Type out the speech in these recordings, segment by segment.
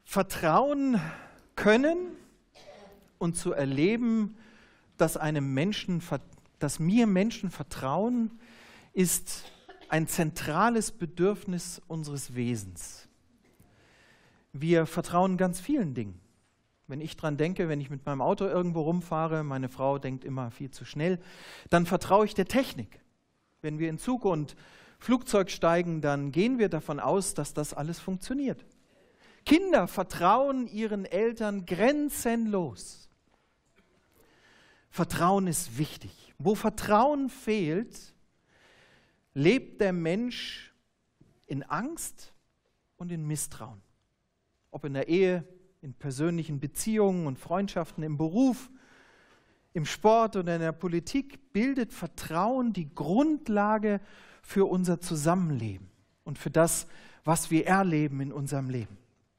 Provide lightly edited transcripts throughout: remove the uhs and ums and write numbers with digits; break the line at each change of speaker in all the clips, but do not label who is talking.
Vertrauen können und zu erleben, dass mir Menschen vertrauen, ist ein zentrales Bedürfnis unseres Wesens. Wir vertrauen ganz vielen Dingen. Wenn ich dran denke, wenn ich mit meinem Auto irgendwo rumfahre, meine Frau denkt immer viel zu schnell, dann vertraue ich der Technik. Wenn wir in Zug und Flugzeug steigen, dann gehen wir davon aus, dass das alles funktioniert. Kinder vertrauen ihren Eltern grenzenlos. Vertrauen ist wichtig. Wo Vertrauen fehlt, lebt der Mensch in Angst und in Misstrauen. Ob in der Ehe, in persönlichen Beziehungen und Freundschaften, im Beruf, im Sport oder in der Politik, bildet Vertrauen die Grundlage für unser Zusammenleben und für das, was wir erleben in unserem Leben.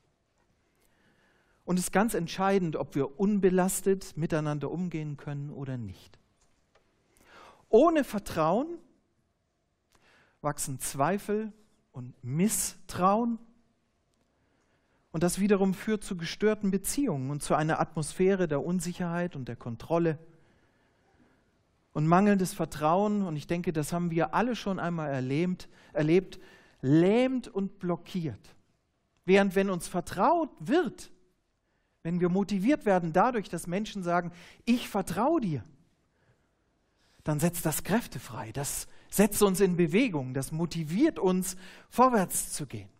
Und es ist ganz entscheidend, ob wir unbelastet miteinander umgehen können oder nicht. Ohne Vertrauen wachsen Zweifel und Misstrauen. Und das wiederum führt zu gestörten Beziehungen und zu einer Atmosphäre der Unsicherheit und der Kontrolle. Und mangelndes Vertrauen, und ich denke, das haben wir alle schon einmal erlebt, lähmt und blockiert. Während wenn uns vertraut wird, wenn wir motiviert werden dadurch, dass Menschen sagen, ich vertraue dir, dann setzt das Kräfte frei, das setzt uns in Bewegung, das motiviert uns, vorwärts zu gehen.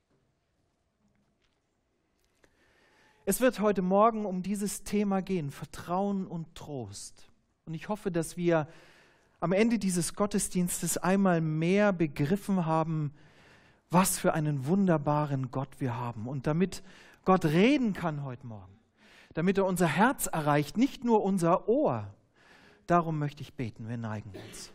Es wird heute Morgen um dieses Thema gehen, Vertrauen und Trost. Und ich hoffe, dass wir am Ende dieses Gottesdienstes einmal mehr begriffen haben, was für einen wunderbaren Gott wir haben. Und damit Gott reden kann heute Morgen, damit er unser Herz erreicht, nicht nur unser Ohr, darum möchte ich beten, wir neigen uns.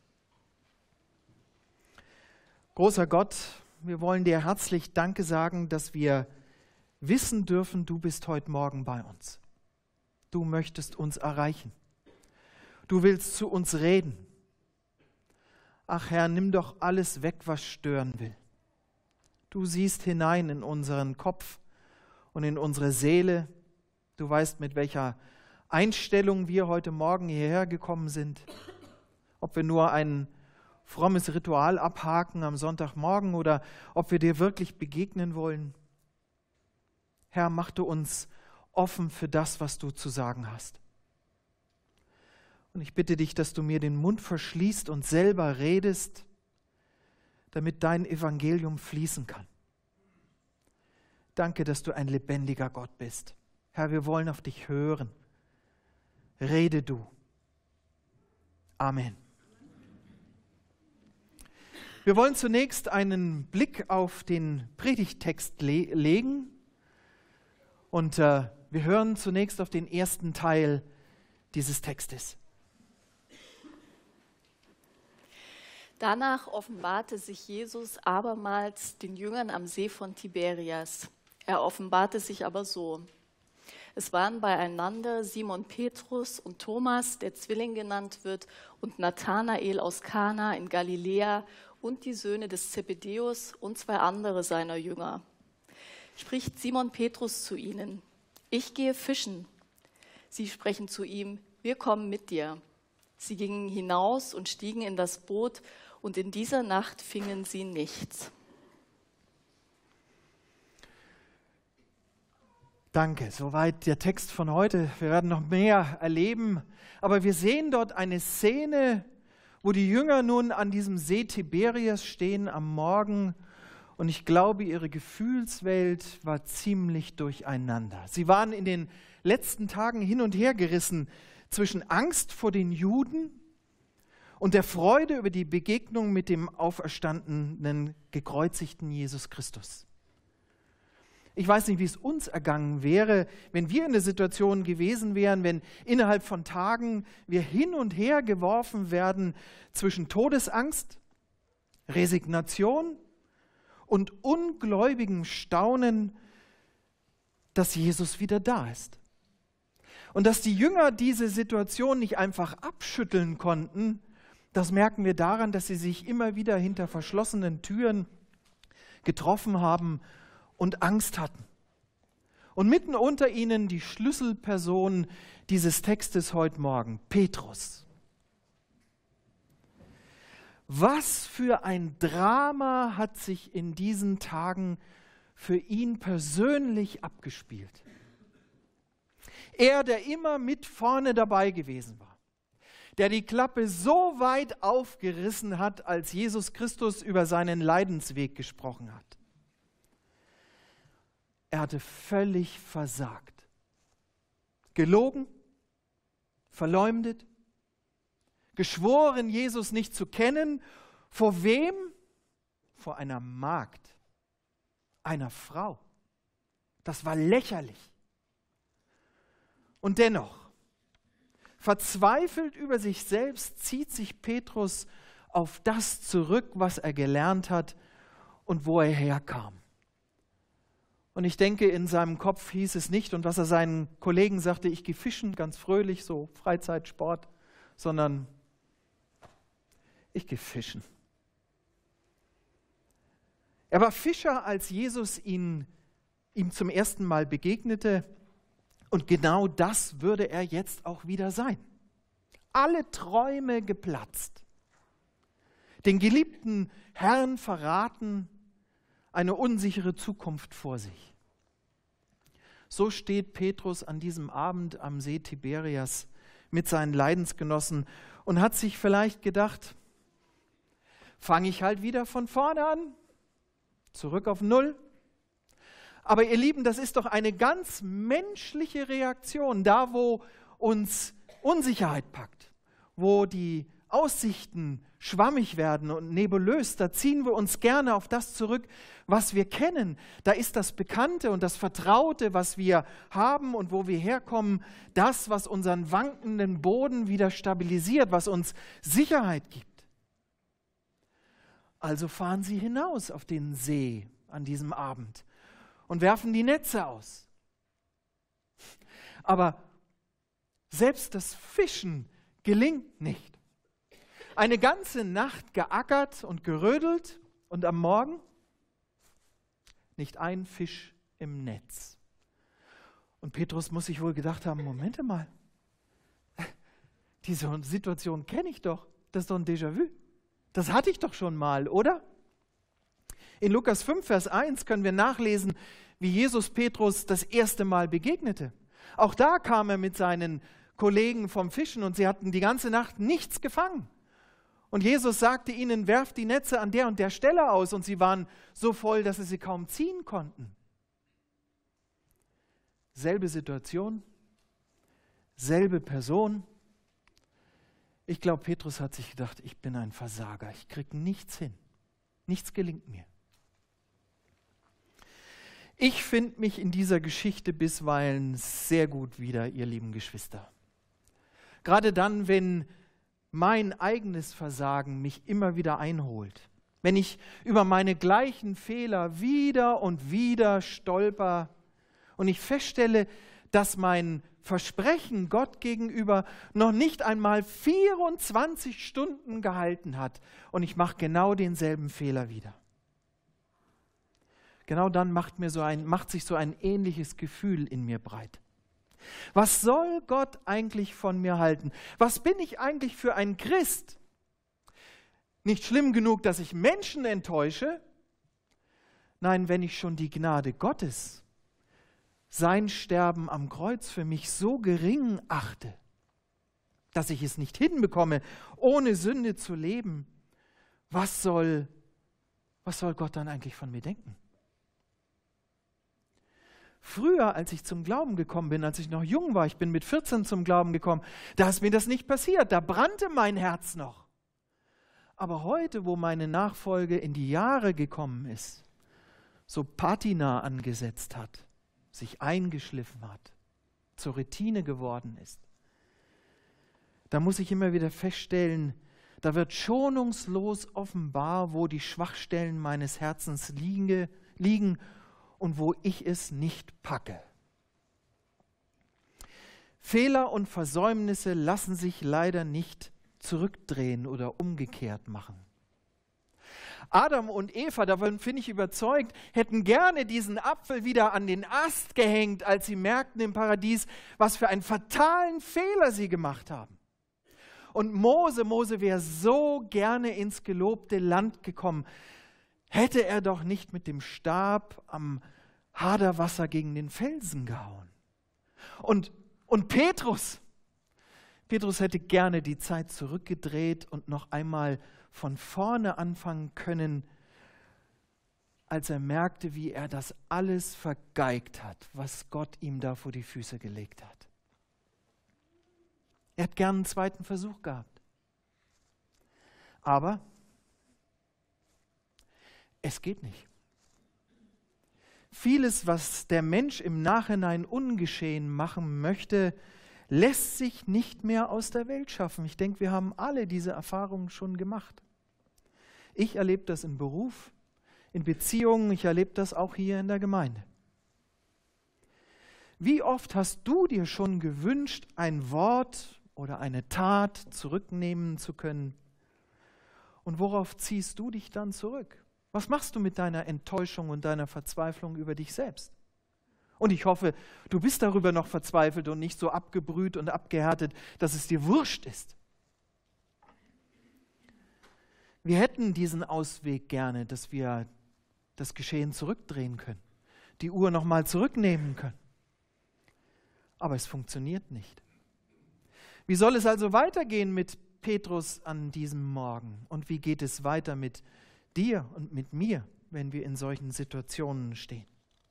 Großer Gott, wir wollen dir herzlich Danke sagen, dass wir wissen dürfen, du bist heute Morgen bei uns. Du möchtest uns erreichen. Du willst zu uns reden. Ach Herr, nimm doch alles weg, was stören will. Du siehst hinein in unseren Kopf und in unsere Seele. Du weißt, mit welcher Einstellung wir heute Morgen hierher gekommen sind. Ob wir nur ein frommes Ritual abhaken am Sonntagmorgen oder ob wir dir wirklich begegnen wollen. Herr, mach du uns offen für das, was du zu sagen hast. Und ich bitte dich, dass du mir den Mund verschließt und selber redest, damit dein Evangelium fließen kann. Danke, dass du ein lebendiger Gott bist. Herr, wir wollen auf dich hören. Rede du. Amen. Wir wollen zunächst einen Blick auf den Predigttext legen. Und wir hören zunächst auf den ersten Teil dieses Textes.
Danach offenbarte sich Jesus abermals den Jüngern am See von Tiberias. Er offenbarte sich aber so. Es waren beieinander Simon Petrus und Thomas, der Zwilling genannt wird, und Nathanael aus Kana in Galiläa und die Söhne des Zebedäus und zwei andere seiner Jünger. Spricht Simon Petrus zu ihnen: Ich gehe fischen. Sie sprechen zu ihm: Wir kommen mit dir. Sie gingen hinaus und stiegen in das Boot, und in dieser Nacht fingen sie nichts.
Danke, soweit der Text von heute. Wir werden noch mehr erleben, aber wir sehen dort eine Szene, wo die Jünger nun an diesem See Tiberias stehen am Morgen. Und ich glaube, ihre Gefühlswelt war ziemlich durcheinander. Sie waren in den letzten Tagen hin und her gerissen zwischen Angst vor den Juden und der Freude über die Begegnung mit dem auferstandenen, gekreuzigten Jesus Christus. Ich weiß nicht, wie es uns ergangen wäre, wenn wir in der Situation gewesen wären, wenn innerhalb von Tagen wir hin und her geworfen werden zwischen Todesangst, Resignation und ungläubigem Staunen, dass Jesus wieder da ist. Und dass die Jünger diese Situation nicht einfach abschütteln konnten, das merken wir daran, dass sie sich immer wieder hinter verschlossenen Türen getroffen haben und Angst hatten. Und mitten unter ihnen die Schlüsselperson dieses Textes heute Morgen, Petrus. Was für ein Drama hat sich in diesen Tagen für ihn persönlich abgespielt? Er, der immer mit vorne dabei gewesen war, der die Klappe so weit aufgerissen hat, als Jesus Christus über seinen Leidensweg gesprochen hat. Er hatte völlig versagt. Gelogen, verleumdet, geschworen, Jesus nicht zu kennen. Vor wem? Vor einer Magd, einer Frau. Das war lächerlich. Und dennoch, verzweifelt über sich selbst, zieht sich Petrus auf das zurück, was er gelernt hat und wo er herkam. Und ich denke, in seinem Kopf hieß es nicht, und was er seinen Kollegen sagte, ich gehe fischen, ganz fröhlich, so Freizeitsport, sondern ich gehe fischen. Er war Fischer, als Jesus ihm zum ersten Mal begegnete, und genau das würde er jetzt auch wieder sein. Alle Träume geplatzt, den geliebten Herrn verraten, eine unsichere Zukunft vor sich. So steht Petrus an diesem Abend am See Tiberias mit seinen Leidensgenossen und hat sich vielleicht gedacht, fange ich halt wieder von vorne an, zurück auf Null. Aber ihr Lieben, das ist doch eine ganz menschliche Reaktion, da wo uns Unsicherheit packt, wo die Aussichten schwammig werden und nebulös, da ziehen wir uns gerne auf das zurück, was wir kennen. Da ist das Bekannte und das Vertraute, was wir haben und wo wir herkommen, das, was unseren wankenden Boden wieder stabilisiert, was uns Sicherheit gibt. Also fahren sie hinaus auf den See an diesem Abend und werfen die Netze aus. Aber selbst das Fischen gelingt nicht. Eine ganze Nacht geackert und gerödelt und am Morgen nicht ein Fisch im Netz. Und Petrus muss sich wohl gedacht haben, Moment mal, diese Situation kenne ich doch, das ist doch ein Déjà-vu. Das hatte ich doch schon mal, oder? In Lukas 5, Vers 1 können wir nachlesen, wie Jesus Petrus das erste Mal begegnete. Auch da kam er mit seinen Kollegen vom Fischen und sie hatten die ganze Nacht nichts gefangen. Und Jesus sagte ihnen, werft die Netze an der und der Stelle aus, und sie waren so voll, dass sie kaum ziehen konnten. Selbe Situation, selbe Person. Ich glaube, Petrus hat sich gedacht, ich bin ein Versager, ich kriege nichts hin, nichts gelingt mir. Ich finde mich in dieser Geschichte bisweilen sehr gut wieder, ihr lieben Geschwister. Gerade dann, wenn mein eigenes Versagen mich immer wieder einholt, wenn ich über meine gleichen Fehler wieder und wieder stolper und ich feststelle, dass mein Versprechen Gott gegenüber noch nicht einmal 24 Stunden gehalten hat und ich mache genau denselben Fehler wieder. Genau dann macht sich so ein ähnliches Gefühl in mir breit. Was soll Gott eigentlich von mir halten? Was bin ich eigentlich für ein Christ? Nicht schlimm genug, dass ich Menschen enttäusche? Nein, wenn ich schon die Gnade Gottes, sein Sterben am Kreuz für mich so gering achte, dass ich es nicht hinbekomme, ohne Sünde zu leben, was soll Gott dann eigentlich von mir denken? Früher, als ich zum Glauben gekommen bin, als ich noch jung war, ich bin mit 14 zum Glauben gekommen, da ist mir das nicht passiert, da brannte mein Herz noch. Aber heute, wo meine Nachfolge in die Jahre gekommen ist, so Patina angesetzt hat, sich eingeschliffen hat, zur Routine geworden ist, da muss ich immer wieder feststellen, da wird schonungslos offenbar, wo die Schwachstellen meines Herzens liegen und wo ich es nicht packe. Fehler und Versäumnisse lassen sich leider nicht zurückdrehen oder umgekehrt machen. Adam und Eva, davon bin ich überzeugt, hätten gerne diesen Apfel wieder an den Ast gehängt, als sie merkten im Paradies, was für einen fatalen Fehler sie gemacht haben. Und Mose wäre so gerne ins gelobte Land gekommen. Hätte er doch nicht mit dem Stab am Haderwasser gegen den Felsen gehauen. Und Petrus hätte gerne die Zeit zurückgedreht und noch einmal von vorne anfangen können, als er merkte, wie er das alles vergeigt hat, was Gott ihm da vor die Füße gelegt hat. Er hat gern einen zweiten Versuch gehabt. Aber es geht nicht. Vieles, was der Mensch im Nachhinein ungeschehen machen möchte, lässt sich nicht mehr aus der Welt schaffen. Ich denke, wir haben alle diese Erfahrungen schon gemacht. Ich erlebe das im Beruf, in Beziehungen, ich erlebe das auch hier in der Gemeinde. Wie oft hast du dir schon gewünscht, ein Wort oder eine Tat zurücknehmen zu können? Und worauf ziehst du dich dann zurück? Was machst du mit deiner Enttäuschung und deiner Verzweiflung über dich selbst? Und ich hoffe, du bist darüber noch verzweifelt und nicht so abgebrüht und abgehärtet, dass es dir wurscht ist. Wir hätten diesen Ausweg gerne, dass wir das Geschehen zurückdrehen können, die Uhr nochmal zurücknehmen können. Aber es funktioniert nicht. Wie soll es also weitergehen mit Petrus an diesem Morgen? Und wie geht es weiter mit dir und mit mir, wenn wir in solchen Situationen stehen?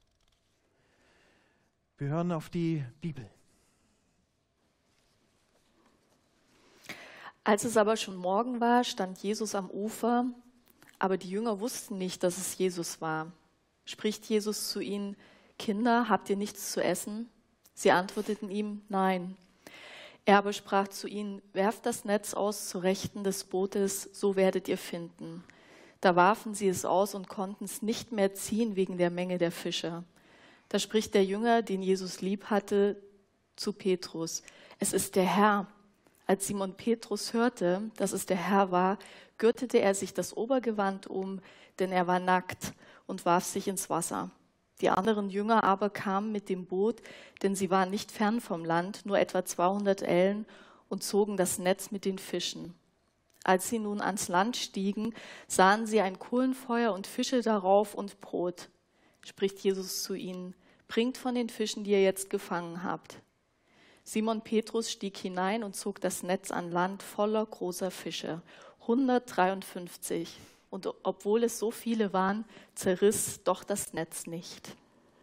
Wir hören auf die Bibel.
Als es aber schon Morgen war, stand Jesus am Ufer, aber die Jünger wussten nicht, dass es Jesus war. Spricht Jesus zu ihnen: Kinder, habt ihr nichts zu essen? Sie antworteten ihm: Nein. Er aber sprach zu ihnen: Werft das Netz aus zur Rechten des Bootes, so werdet ihr finden. Da warfen sie es aus und konnten es nicht mehr ziehen wegen der Menge der Fische. Da spricht der Jünger, den Jesus lieb hatte, zu Petrus: Es ist der Herr. Als Simon Petrus hörte, dass es der Herr war, gürtete er sich das Obergewand um, denn er war nackt, und warf sich ins Wasser. Die anderen Jünger aber kamen mit dem Boot, denn sie waren nicht fern vom Land, nur etwa 200 Ellen, und zogen das Netz mit den Fischen. Als sie nun ans Land stiegen, sahen sie ein Kohlenfeuer und Fische darauf und Brot. Spricht Jesus zu ihnen: Bringt von den Fischen, die ihr jetzt gefangen habt. Simon Petrus stieg hinein und zog das Netz an Land voller großer Fische, 153. Und obwohl es so viele waren, zerriss doch das Netz nicht.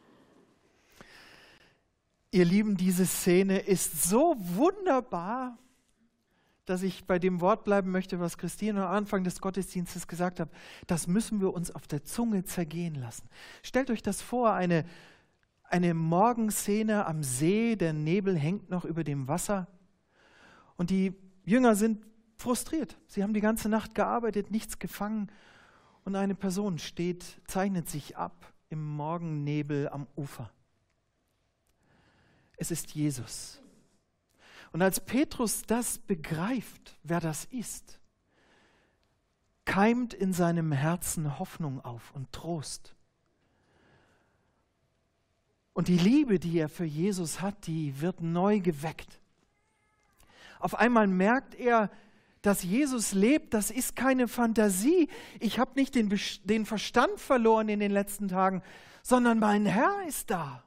Ihr Lieben, diese Szene ist so wunderbar, dass ich bei dem Wort bleiben möchte, was Christine am Anfang des Gottesdienstes gesagt hat. Das müssen wir uns auf der Zunge zergehen lassen. Stellt euch das vor, eine Morgenszene am See, der Nebel hängt noch über dem Wasser und die Jünger sind frustriert. Sie haben die ganze Nacht gearbeitet, nichts gefangen und eine Person zeichnet sich ab im Morgennebel am Ufer. Es ist Jesus. Und als Petrus das begreift, wer das ist, keimt in seinem Herzen Hoffnung auf und Trost. Und die Liebe, die er für Jesus hat, die wird neu geweckt. Auf einmal merkt er, dass Jesus lebt, das ist keine Fantasie. Ich habe nicht den Verstand verloren in den letzten Tagen, sondern mein Herr ist da.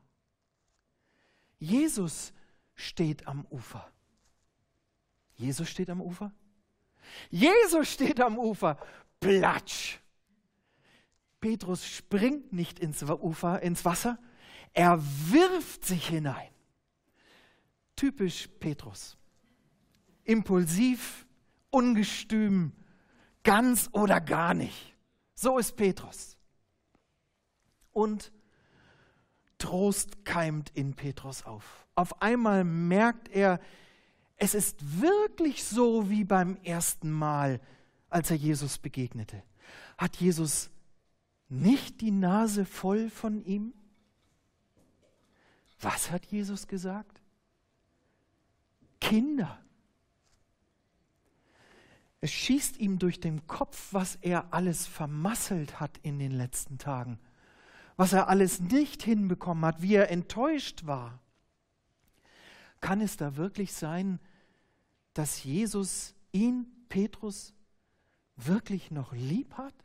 Jesus steht am Ufer. Jesus steht am Ufer? Jesus steht am Ufer. Platsch! Petrus springt nicht ins Wasser, er wirft sich hinein. Typisch Petrus. Impulsiv, ungestüm, ganz oder gar nicht. So ist Petrus. Und Trost keimt in Petrus auf. Auf einmal merkt er, es ist wirklich so wie beim ersten Mal, als er Jesus begegnete. Hat Jesus nicht die Nase voll von ihm? Was hat Jesus gesagt? Kinder. Es schießt ihm durch den Kopf, was er alles vermasselt hat in den letzten Tagen, was er alles nicht hinbekommen hat, wie er enttäuscht war. Kann es da wirklich sein, dass Jesus ihn, Petrus, wirklich noch lieb hat?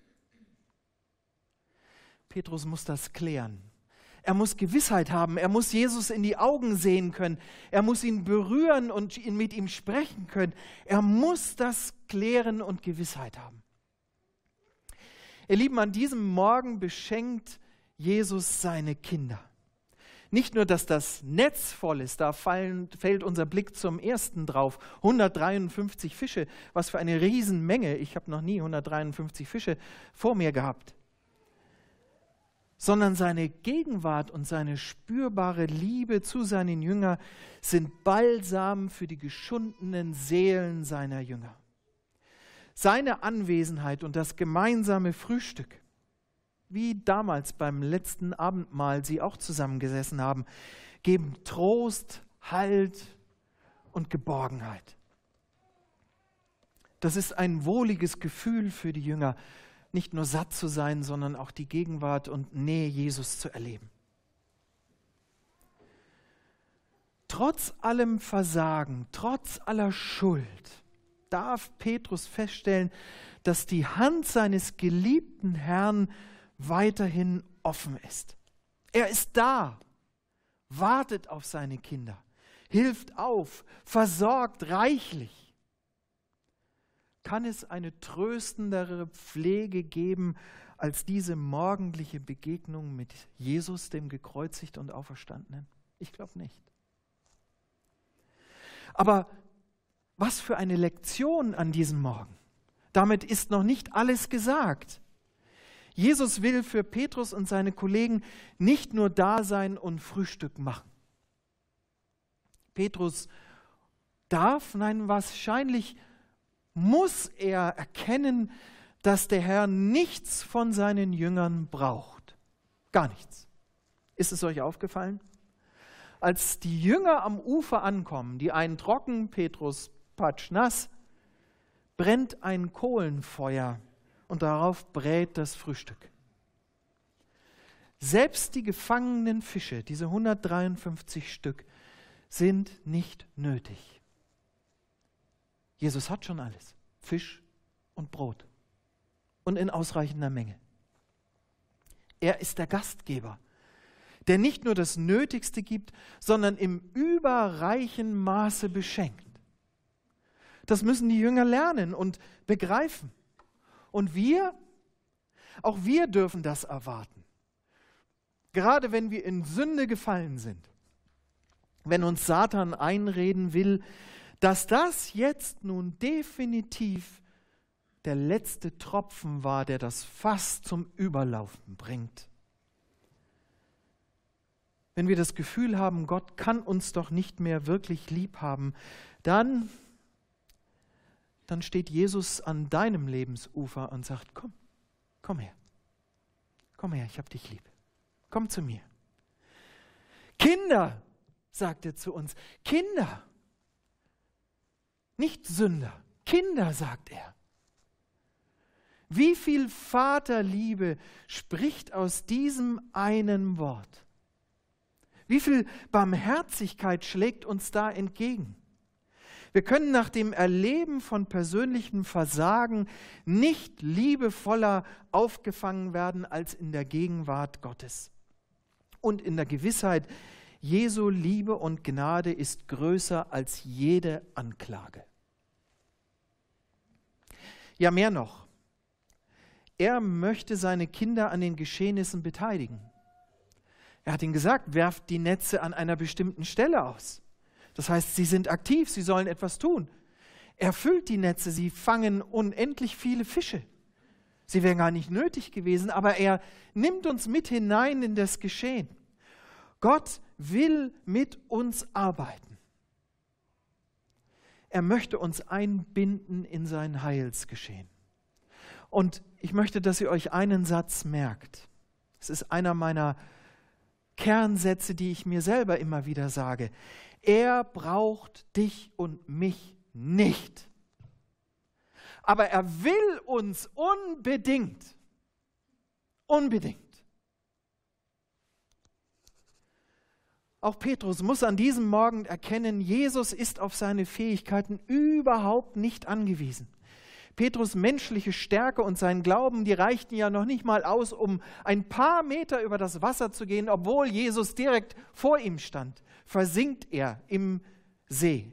Petrus muss das klären. Er muss Gewissheit haben, er muss Jesus in die Augen sehen können, er muss ihn berühren und mit ihm sprechen können. Er muss das klären und Gewissheit haben. Ihr Lieben, an diesem Morgen beschenkt Jesus seine Kinder. Nicht nur, dass das Netz voll ist, da fällt unser Blick zum ersten drauf. 153 Fische, was für eine Riesenmenge. Ich habe noch nie 153 Fische vor mir gehabt. Sondern seine Gegenwart und seine spürbare Liebe zu seinen Jüngern sind Balsam für die geschundenen Seelen seiner Jünger. Seine Anwesenheit und das gemeinsame Frühstück, wie damals beim letzten Abendmahl sie auch zusammengesessen haben, geben Trost, Halt und Geborgenheit. Das ist ein wohliges Gefühl für die Jünger, nicht nur satt zu sein, sondern auch die Gegenwart und Nähe Jesus zu erleben. Trotz allem Versagen, trotz aller Schuld, darf Petrus feststellen, dass die Hand seines geliebten Herrn weiterhin offen ist. Er ist da, wartet auf seine Kinder, hilft auf, versorgt reichlich. Kann es eine tröstendere Pflege geben als diese morgendliche Begegnung mit Jesus, dem Gekreuzigten und Auferstandenen? Ich glaube nicht. Aber was für eine Lektion an diesem Morgen. Damit ist noch nicht alles gesagt. Jesus will für Petrus und seine Kollegen nicht nur da sein und Frühstück machen. Petrus darf, nein, wahrscheinlich muss er erkennen, dass der Herr nichts von seinen Jüngern braucht. Gar nichts. Ist es euch aufgefallen? Als die Jünger am Ufer ankommen, die einen trocken, Petrus patschnass, brennt ein Kohlenfeuer und darauf brät das Frühstück. Selbst die gefangenen Fische, diese 153 Stück, sind nicht nötig. Jesus hat schon alles, Fisch und Brot und in ausreichender Menge. Er ist der Gastgeber, der nicht nur das Nötigste gibt, sondern im überreichen Maße beschenkt. Das müssen die Jünger lernen und begreifen. Und auch wir dürfen das erwarten. Gerade wenn wir in Sünde gefallen sind, wenn uns Satan einreden will, dass das jetzt nun definitiv der letzte Tropfen war, der das Fass zum Überlaufen bringt. Wenn wir das Gefühl haben, Gott kann uns doch nicht mehr wirklich lieb haben, dann steht Jesus an deinem Lebensufer und sagt, komm her, ich hab dich lieb, komm zu mir. Kinder, sagt er zu uns, Kinder, nicht Sünder, Kinder, sagt er. Wie viel Vaterliebe spricht aus diesem einen Wort? Wie viel Barmherzigkeit schlägt uns da entgegen? Wir können nach dem Erleben von persönlichem Versagen nicht liebevoller aufgefangen werden als in der Gegenwart Gottes. Und in der Gewissheit, Jesu Liebe und Gnade ist größer als jede Anklage. Ja, mehr noch. Er möchte seine Kinder an den Geschehnissen beteiligen. Er hat ihnen gesagt, werft die Netze an einer bestimmten Stelle aus. Das heißt, sie sind aktiv, sie sollen etwas tun. Er füllt die Netze, sie fangen unendlich viele Fische. Sie wären gar nicht nötig gewesen, aber er nimmt uns mit hinein in das Geschehen. Gott will mit uns arbeiten. Er möchte uns einbinden in sein Heilsgeschehen. Und ich möchte, dass ihr euch einen Satz merkt. Es ist einer meiner Kernsätze, die ich mir selber immer wieder sage. Er braucht dich und mich nicht. Aber er will uns unbedingt. Unbedingt. Auch Petrus muss an diesem Morgen erkennen, Jesus ist auf seine Fähigkeiten überhaupt nicht angewiesen. Petrus' menschliche Stärke und sein Glauben, die reichten ja noch nicht mal aus, um ein paar Meter über das Wasser zu gehen, obwohl Jesus direkt vor ihm stand. Versinkt er im See.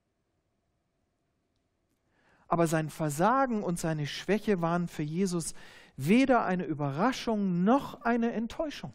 Aber sein Versagen und seine Schwäche waren für Jesus weder eine Überraschung noch eine Enttäuschung.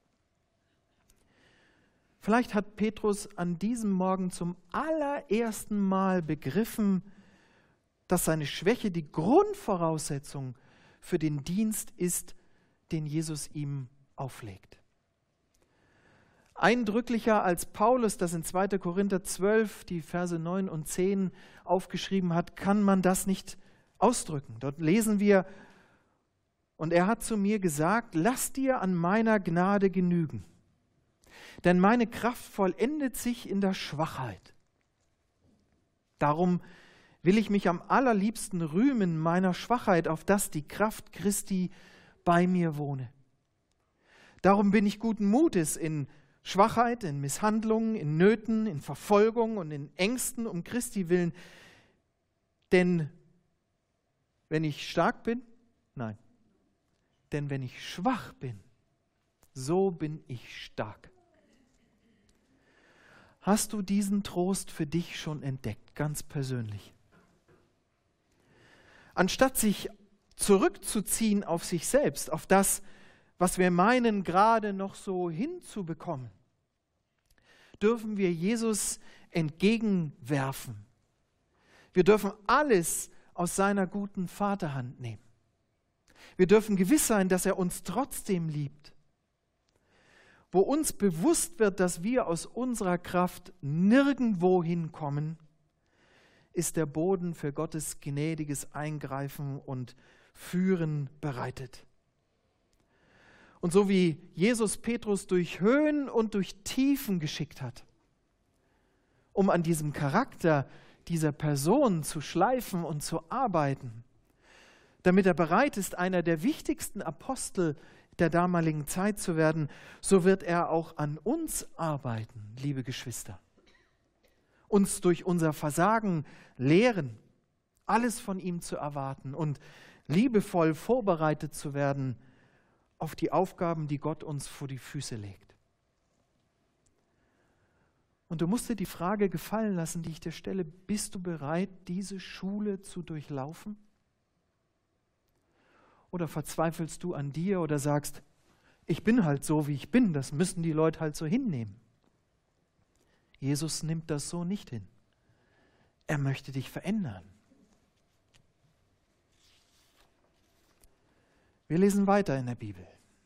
Vielleicht hat Petrus an diesem Morgen zum allerersten Mal begriffen, dass seine Schwäche die Grundvoraussetzung für den Dienst ist, den Jesus ihm auflegt. Eindrücklicher als Paulus das in 2. Korinther 12, die Verse 9 und 10 aufgeschrieben hat, kann man das nicht ausdrücken. Dort lesen wir, und er hat zu mir gesagt, lass dir an meiner Gnade genügen, denn meine Kraft vollendet sich in der Schwachheit. Darum will ich mich am allerliebsten rühmen meiner Schwachheit, auf dass die Kraft Christi bei mir wohne. Darum bin ich guten Mutes in Schwachheit, in Misshandlungen, in Nöten, in Verfolgung und in Ängsten um Christi willen. Denn wenn ich stark bin, nein, denn wenn ich schwach bin, so bin ich stark. Hast du diesen Trost für dich schon entdeckt, ganz persönlich? Anstatt sich zurückzuziehen auf sich selbst, auf das, was wir meinen, gerade noch so hinzubekommen, dürfen wir Jesus entgegenwerfen. Wir dürfen alles aus seiner guten Vaterhand nehmen. Wir dürfen gewiss sein, dass er uns trotzdem liebt. Wo uns bewusst wird, dass wir aus unserer Kraft nirgendwo hinkommen, ist der Boden für Gottes gnädiges Eingreifen und Führen bereitet. Und so wie Jesus Petrus durch Höhen und durch Tiefen geschickt hat, um an diesem Charakter dieser Person zu schleifen und zu arbeiten, damit er bereit ist, einer der wichtigsten Apostel der damaligen Zeit zu werden, so wird er auch an uns arbeiten, liebe Geschwister. Uns durch unser Versagen lehren, alles von ihm zu erwarten und liebevoll vorbereitet zu werden auf die Aufgaben, die Gott uns vor die Füße legt. Und du musst dir die Frage gefallen lassen, die ich dir stelle, bist du bereit, diese Schule zu durchlaufen? Oder verzweifelst du an dir oder sagst, ich bin halt so, wie ich bin, das müssen die Leute halt so hinnehmen. Jesus nimmt das so nicht hin. Er möchte dich verändern. Wir lesen weiter in der Bibel.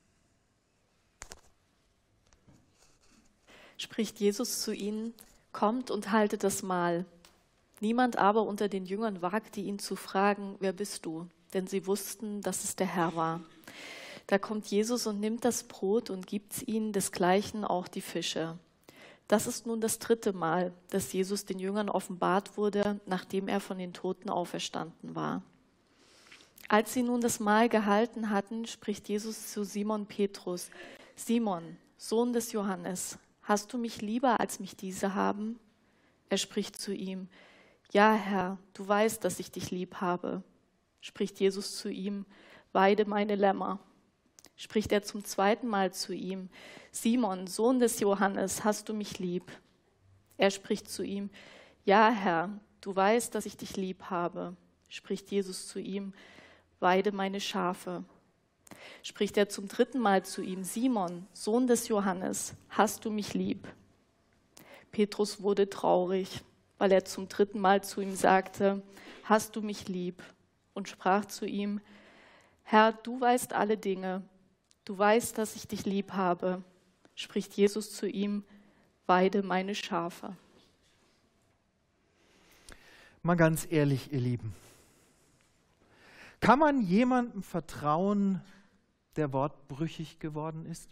Spricht Jesus zu ihnen, kommt und haltet das Mahl. Niemand aber unter den Jüngern wagte ihn zu fragen, wer bist du? Denn sie wussten, dass es der Herr war. Da kommt Jesus und nimmt das Brot und gibt ihnen, desgleichen auch die Fische. Das ist nun das 3. Mal, dass Jesus den Jüngern offenbart wurde, nachdem er von den Toten auferstanden war. Als sie nun das Mahl gehalten hatten, spricht Jesus zu Simon Petrus, Simon, Sohn des Johannes, hast du mich lieber, als mich diese haben? Er spricht zu ihm, ja, Herr, du weißt, dass ich dich lieb habe. Spricht Jesus zu ihm, weide meine Lämmer. Spricht er zum 2. Mal zu ihm, Simon, Sohn des Johannes, hast du mich lieb? Er spricht zu ihm, ja, Herr, du weißt, dass ich dich lieb habe. Spricht Jesus zu ihm, weide meine Schafe. Spricht er zum 3. Mal zu ihm, Simon, Sohn des Johannes, hast du mich lieb? Petrus wurde traurig, weil er zum 3. Mal zu ihm sagte, hast du mich lieb? Und sprach zu ihm, Herr, du weißt alle Dinge, du weißt, dass ich dich lieb habe. Spricht Jesus zu ihm, weide meine Schafe.
Mal ganz ehrlich, ihr Lieben, kann man jemandem vertrauen, der wortbrüchig geworden ist?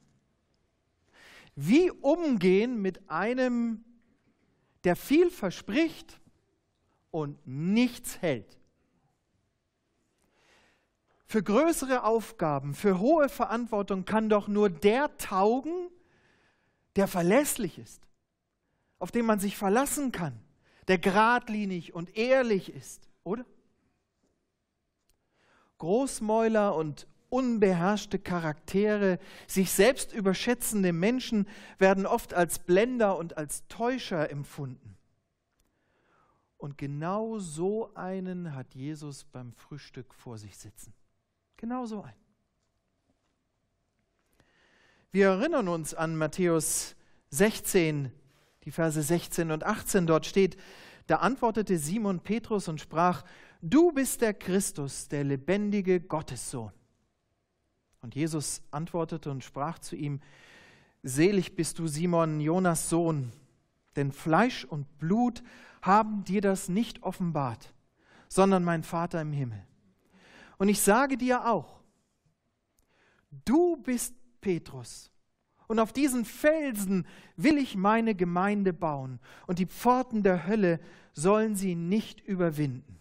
Wie umgehen mit einem, der viel verspricht und nichts hält? Für größere Aufgaben, für hohe Verantwortung kann doch nur der taugen, der verlässlich ist, auf den man sich verlassen kann, der geradlinig und ehrlich ist, oder? Großmäuler und unbeherrschte Charaktere, sich selbst überschätzende Menschen werden oft als Blender und als Täuscher empfunden. Und genau so einen hat Jesus beim Frühstück vor sich sitzen. Genau so einen. Wir erinnern uns an Matthäus 16, die Verse 16 und 18. Dort steht: Da antwortete Simon Petrus und sprach: Du bist der Christus, der lebendige Gottessohn. Und Jesus antwortete und sprach zu ihm: Selig bist du, Simon, Jonas Sohn, denn Fleisch und Blut haben dir das nicht offenbart, sondern mein Vater im Himmel. Und ich sage dir auch, du bist Petrus, und auf diesen Felsen will ich meine Gemeinde bauen, und die Pforten der Hölle sollen sie nicht überwinden.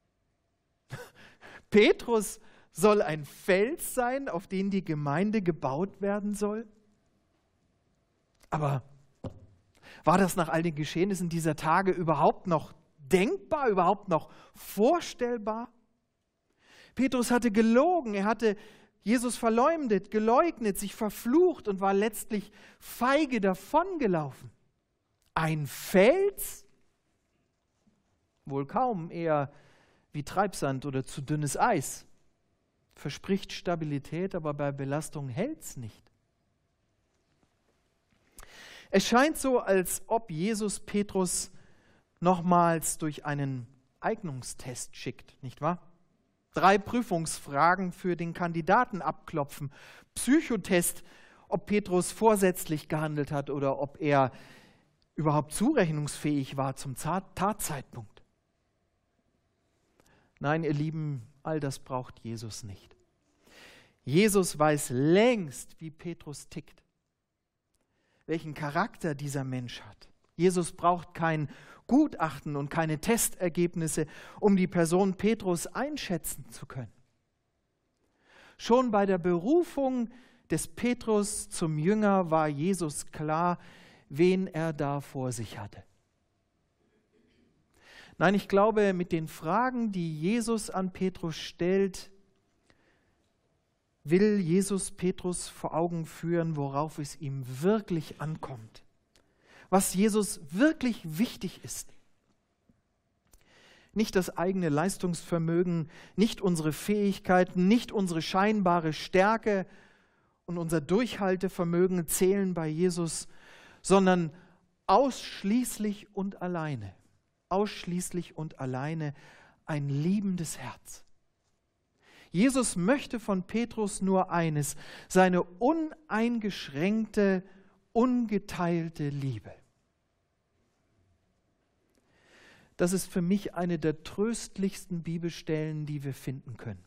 Petrus soll ein Fels sein, auf den die Gemeinde gebaut werden soll? Aber war das nach all den Geschehnissen dieser Tage überhaupt noch denkbar, überhaupt noch vorstellbar? Petrus hatte gelogen, er hatte Jesus verleumdet, geleugnet, sich verflucht und war letztlich feige davongelaufen. Ein Fels? Wohl kaum, eher wie Treibsand oder zu dünnes Eis. Verspricht Stabilität, aber bei Belastung hält's nicht. Es scheint so, als ob Jesus Petrus nochmals durch einen Eignungstest schickt, nicht wahr? 3 Prüfungsfragen für den Kandidaten abklopfen. Psychotest, ob Petrus vorsätzlich gehandelt hat oder ob er überhaupt zurechnungsfähig war zum Tatzeitpunkt. Nein, ihr Lieben, all das braucht Jesus nicht. Jesus weiß längst, wie Petrus tickt, welchen Charakter dieser Mensch hat. Jesus braucht kein Gutachten und keine Testergebnisse, um die Person Petrus einschätzen zu können. Schon bei der Berufung des Petrus zum Jünger war Jesus klar, wen er da vor sich hatte. Nein, ich glaube, mit den Fragen, die Jesus an Petrus stellt, will Jesus Petrus vor Augen führen, worauf es ihm wirklich ankommt. Was Jesus wirklich wichtig ist. Nicht das eigene Leistungsvermögen, nicht unsere Fähigkeiten, nicht unsere scheinbare Stärke und unser Durchhaltevermögen zählen bei Jesus, sondern ausschließlich und alleine ein liebendes Herz. Jesus möchte von Petrus nur eines: seine uneingeschränkte, ungeteilte Liebe. Das ist für mich eine der tröstlichsten Bibelstellen, die wir finden können.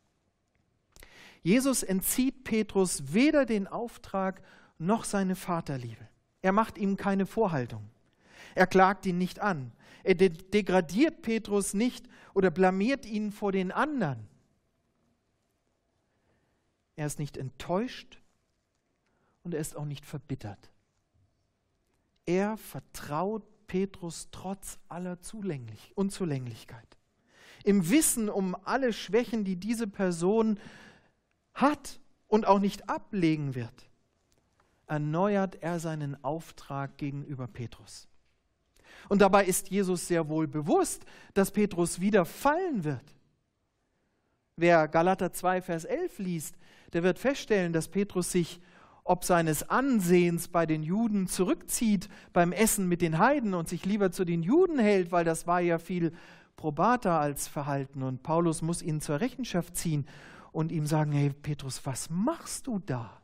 Jesus entzieht Petrus weder den Auftrag noch seine Vaterliebe. Er macht ihm keine Vorhaltung. Er klagt ihn nicht an. Er degradiert Petrus nicht oder blamiert ihn vor den anderen. Er ist nicht enttäuscht und er ist auch nicht verbittert. Er vertraut Petrus trotz aller Unzulänglichkeit. Im Wissen um alle Schwächen, die diese Person hat und auch nicht ablegen wird, erneuert er seinen Auftrag gegenüber Petrus. Und dabei ist Jesus sehr wohl bewusst, dass Petrus wieder fallen wird. Wer Galater 2, Vers 11 liest, der wird feststellen, dass Petrus sich ob seines Ansehens bei den Juden zurückzieht beim Essen mit den Heiden und sich lieber zu den Juden hält, weil das war ja viel probater als Verhalten. Und Paulus muss ihn zur Rechenschaft ziehen und ihm sagen: Hey Petrus, was machst du da?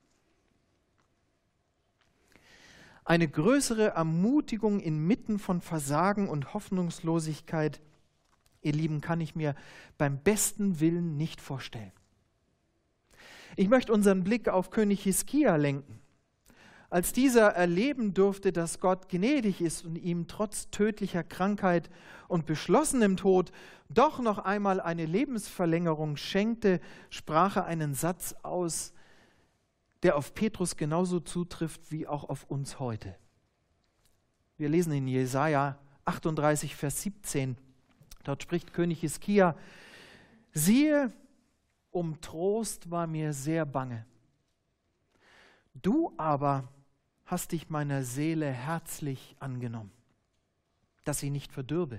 Eine größere Ermutigung inmitten von Versagen und Hoffnungslosigkeit, ihr Lieben, kann ich mir beim besten Willen nicht vorstellen. Ich möchte unseren Blick auf König Hiskia lenken. Als dieser erleben durfte, dass Gott gnädig ist und ihm trotz tödlicher Krankheit und beschlossenem Tod doch noch einmal eine Lebensverlängerung schenkte, sprach er einen Satz aus, der auf Petrus genauso zutrifft wie auch auf uns heute. Wir lesen in Jesaja 38, Vers 17. Dort spricht König Hiskia: Siehe, um Trost war mir sehr bange. Du aber hast dich meiner Seele herzlich angenommen, dass sie nicht verdürbe.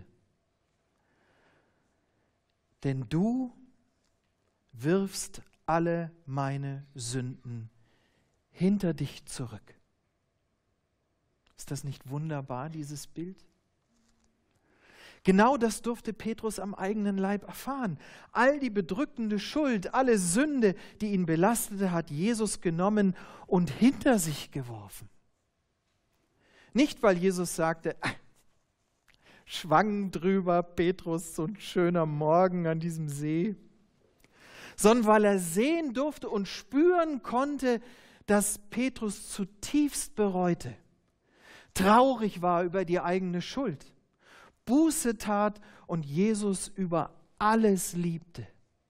Denn du wirfst alle meine Sünden hinter dich zurück. Ist das nicht wunderbar, dieses Bild? Genau das durfte Petrus am eigenen Leib erfahren. All die bedrückende Schuld, alle Sünde, die ihn belastete, hat Jesus genommen und hinter sich geworfen. Nicht, weil Jesus sagte, schwang drüber, Petrus, so ein schöner Morgen an diesem See, sondern weil er sehen durfte und spüren konnte, dass Petrus zutiefst bereute, traurig war über die eigene Schuld, Buße tat und Jesus über alles liebte.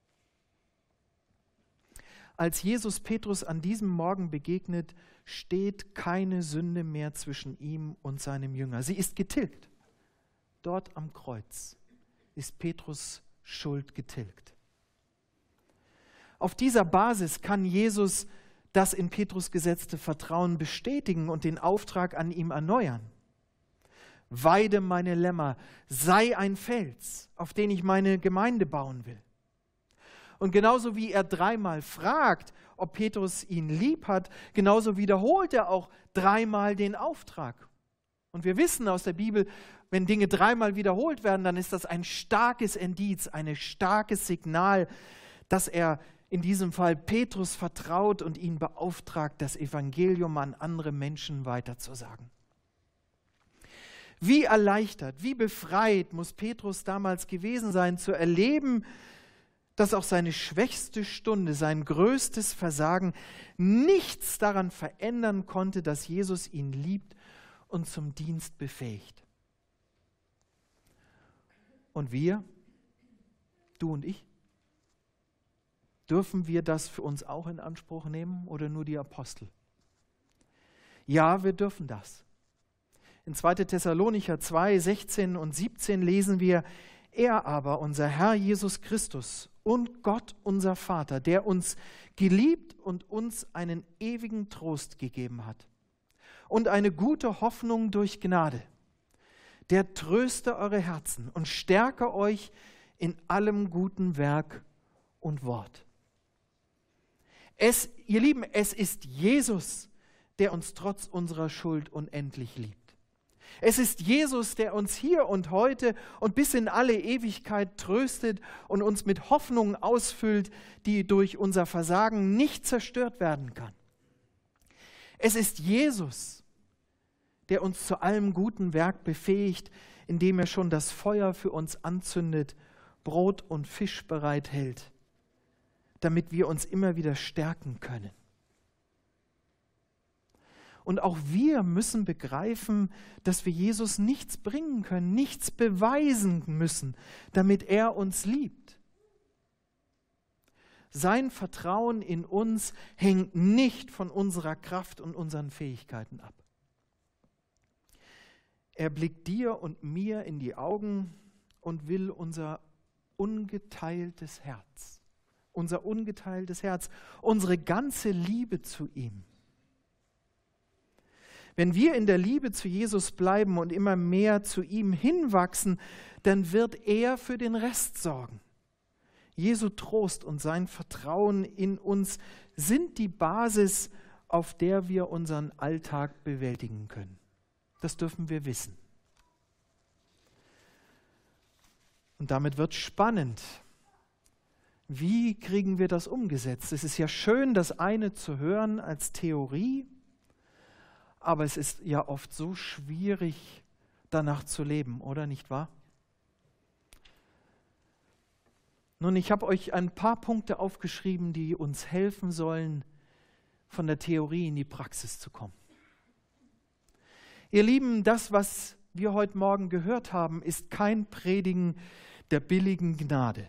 Als Jesus Petrus an diesem Morgen begegnet, steht keine Sünde mehr zwischen ihm und seinem Jünger. Sie ist getilgt. Dort am Kreuz ist Petrus Schuld getilgt. Auf dieser Basis kann Jesus das in Petrus gesetzte Vertrauen bestätigen und den Auftrag an ihm erneuern. Weide meine Lämmer, sei ein Fels, auf den ich meine Gemeinde bauen will. Und genauso wie er dreimal fragt, ob Petrus ihn lieb hat, genauso wiederholt er auch dreimal den Auftrag. Und wir wissen aus der Bibel, wenn Dinge dreimal wiederholt werden, dann ist das ein starkes Indiz, ein starkes Signal, dass er in diesem Fall Petrus vertraut und ihn beauftragt, das Evangelium an andere Menschen weiterzusagen. Wie erleichtert, wie befreit muss Petrus damals gewesen sein, zu erleben, dass auch seine schwächste Stunde, sein größtes Versagen nichts daran verändern konnte, dass Jesus ihn liebt und zum Dienst befähigt. Und wir, du und ich, dürfen wir das für uns auch in Anspruch nehmen oder nur die Apostel? Ja, wir dürfen das. In 2. Thessalonicher 2, 16 und 17 lesen wir: Er aber, unser Herr Jesus Christus und Gott, unser Vater, der uns geliebt und uns einen ewigen Trost gegeben hat und eine gute Hoffnung durch Gnade, der tröste eure Herzen und stärke euch in allem guten Werk und Wort. Ihr Lieben, es ist Jesus, der uns trotz unserer Schuld unendlich liebt. Es ist Jesus, der uns hier und heute und bis in alle Ewigkeit tröstet und uns mit Hoffnungen ausfüllt, die durch unser Versagen nicht zerstört werden kann. Es ist Jesus, der uns zu allem guten Werk befähigt, indem er schon das Feuer für uns anzündet, Brot und Fisch bereithält, damit wir uns immer wieder stärken können. Und auch wir müssen begreifen, dass wir Jesus nichts bringen können, nichts beweisen müssen, damit er uns liebt. Sein Vertrauen in uns hängt nicht von unserer Kraft und unseren Fähigkeiten ab. Er blickt dir und mir in die Augen und will unser ungeteiltes Herz, unsere ganze Liebe zu ihm. Wenn wir in der Liebe zu Jesus bleiben und immer mehr zu ihm hinwachsen, dann wird er für den Rest sorgen. Jesu Trost und sein Vertrauen in uns sind die Basis, auf der wir unseren Alltag bewältigen können. Das dürfen wir wissen. Und damit wird es spannend. Wie kriegen wir das umgesetzt? Es ist ja schön, das eine zu hören als Theorie, aber es ist ja oft so schwierig, danach zu leben, oder nicht wahr? Nun, ich habe euch ein paar Punkte aufgeschrieben, die uns helfen sollen, von der Theorie in die Praxis zu kommen. Ihr Lieben, das, was wir heute Morgen gehört haben, ist kein Predigen der billigen Gnade.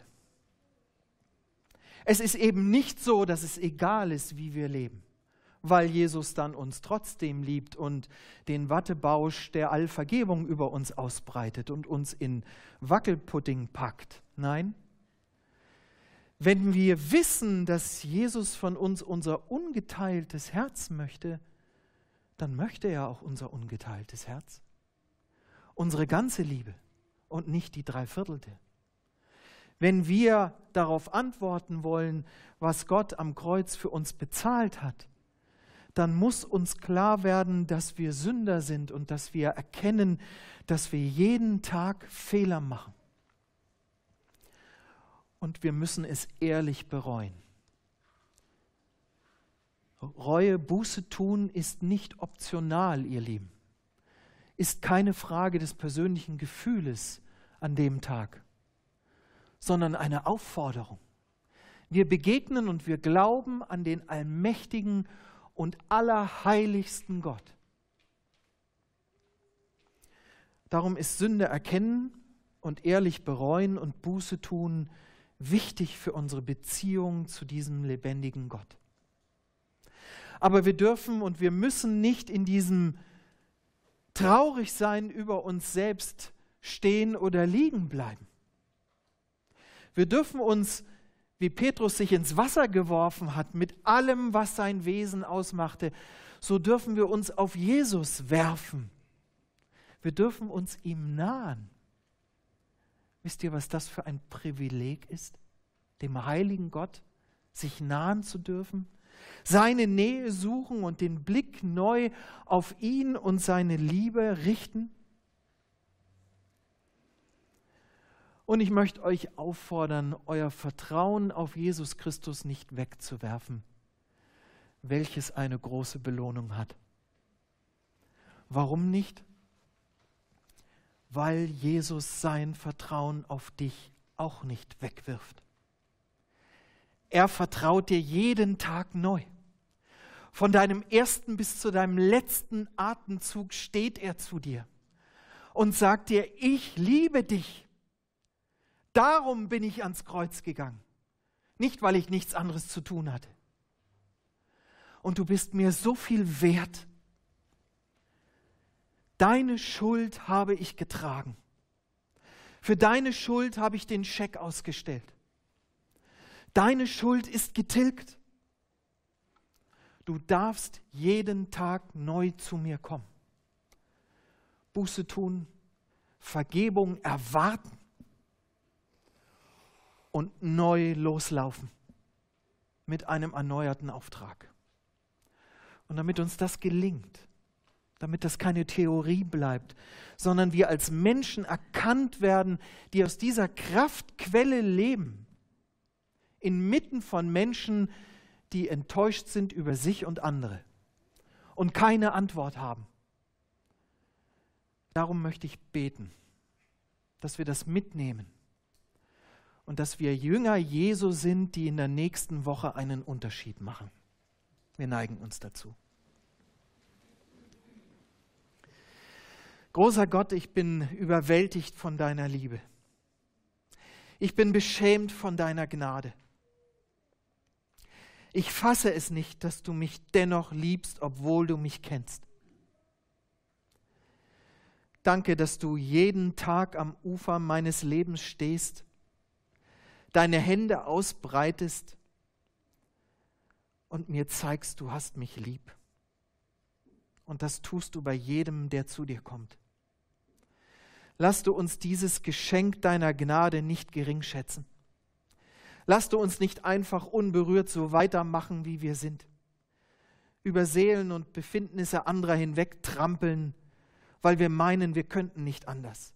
Es ist eben nicht so, dass es egal ist, wie wir leben, weil Jesus dann uns trotzdem liebt und den Wattebausch der Allvergebung über uns ausbreitet und uns in Wackelpudding packt. Nein, wenn wir wissen, dass Jesus von uns unser ungeteiltes Herz möchte, dann möchte er auch unser ungeteiltes Herz. Unsere ganze Liebe und nicht die Dreiviertelte. Wenn wir darauf antworten wollen, was Gott am Kreuz für uns bezahlt hat, dann muss uns klar werden, dass wir Sünder sind und dass wir erkennen, dass wir jeden Tag Fehler machen. Und wir müssen es ehrlich bereuen. Reue, Buße tun ist nicht optional, ihr Lieben. Ist keine Frage des persönlichen Gefühles an dem Tag, sondern eine Aufforderung. Wir begegnen und wir glauben an den allmächtigen und allerheiligsten Gott. Darum ist Sünde erkennen und ehrlich bereuen und Buße tun wichtig für unsere Beziehung zu diesem lebendigen Gott. Aber wir dürfen und wir müssen nicht in diesem Traurigsein über uns selbst stehen oder liegen bleiben. Wir dürfen uns, wie Petrus sich ins Wasser geworfen hat, mit allem, was sein Wesen ausmachte, so dürfen wir uns auf Jesus werfen. Wir dürfen uns ihm nahen. Wisst ihr, was das für ein Privileg ist, dem heiligen Gott sich nahen zu dürfen? Seine Nähe suchen und den Blick neu auf ihn und seine Liebe richten? Und ich möchte euch auffordern, euer Vertrauen auf Jesus Christus nicht wegzuwerfen, welches eine große Belohnung hat. Warum nicht? Weil Jesus sein Vertrauen auf dich auch nicht wegwirft. Er vertraut dir jeden Tag neu. Von deinem ersten bis zu deinem letzten Atemzug steht er zu dir und sagt dir, ich liebe dich. Darum bin ich ans Kreuz gegangen. Nicht, weil ich nichts anderes zu tun hatte. Und du bist mir so viel wert. Deine Schuld habe ich getragen. Für deine Schuld habe ich den Scheck ausgestellt. Deine Schuld ist getilgt. Du darfst jeden Tag neu zu mir kommen. Buße tun, Vergebung erwarten und neu loslaufen mit einem erneuerten Auftrag. Und damit uns das gelingt, damit das keine Theorie bleibt, sondern wir als Menschen erkannt werden, die aus dieser Kraftquelle leben, inmitten von Menschen, die enttäuscht sind über sich und andere und keine Antwort haben. Darum möchte ich beten, dass wir das mitnehmen und dass wir Jünger Jesu sind, die in der nächsten Woche einen Unterschied machen. Wir neigen uns dazu. Großer Gott, ich bin überwältigt von deiner Liebe. Ich bin beschämt von deiner Gnade. Ich fasse es nicht, dass du mich dennoch liebst, obwohl du mich kennst. Danke, dass du jeden Tag am Ufer meines Lebens stehst, deine Hände ausbreitest und mir zeigst, du hast mich lieb. Und das tust du bei jedem, der zu dir kommt. Lass du uns dieses Geschenk deiner Gnade nicht geringschätzen. Lass du uns nicht einfach unberührt so weitermachen, wie wir sind. Über Seelen und Befindnisse anderer hinweg trampeln, weil wir meinen, wir könnten nicht anders.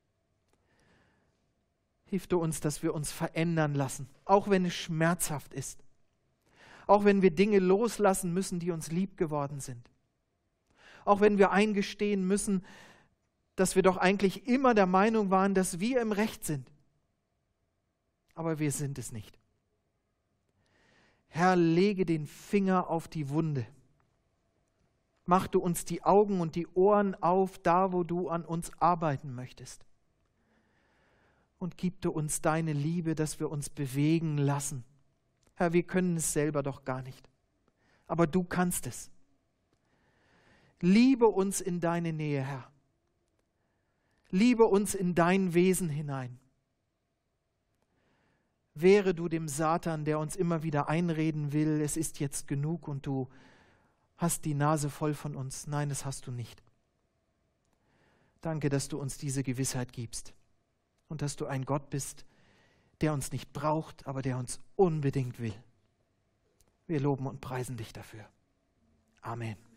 Hilf du uns, dass wir uns verändern lassen, auch wenn es schmerzhaft ist. Auch wenn wir Dinge loslassen müssen, die uns lieb geworden sind. Auch wenn wir eingestehen müssen, dass wir doch eigentlich immer der Meinung waren, dass wir im Recht sind. Aber wir sind es nicht. Herr, lege den Finger auf die Wunde Mach du uns die Augen und die Ohren auf, da wo du an uns arbeiten möchtest. Und gib du uns deine Liebe, dass wir uns bewegen lassen. Herr, wir können es selber doch gar nicht, aber du kannst es. Liebe uns in deine Nähe, Herr. Liebe uns in dein Wesen hinein. Wehre du dem Satan, der uns immer wieder einreden will, es ist jetzt genug und du hast die Nase voll von uns. Nein, das hast du nicht. Danke, dass du uns diese Gewissheit gibst und dass du ein Gott bist, der uns nicht braucht, aber der uns unbedingt will. Wir loben und preisen dich dafür. Amen.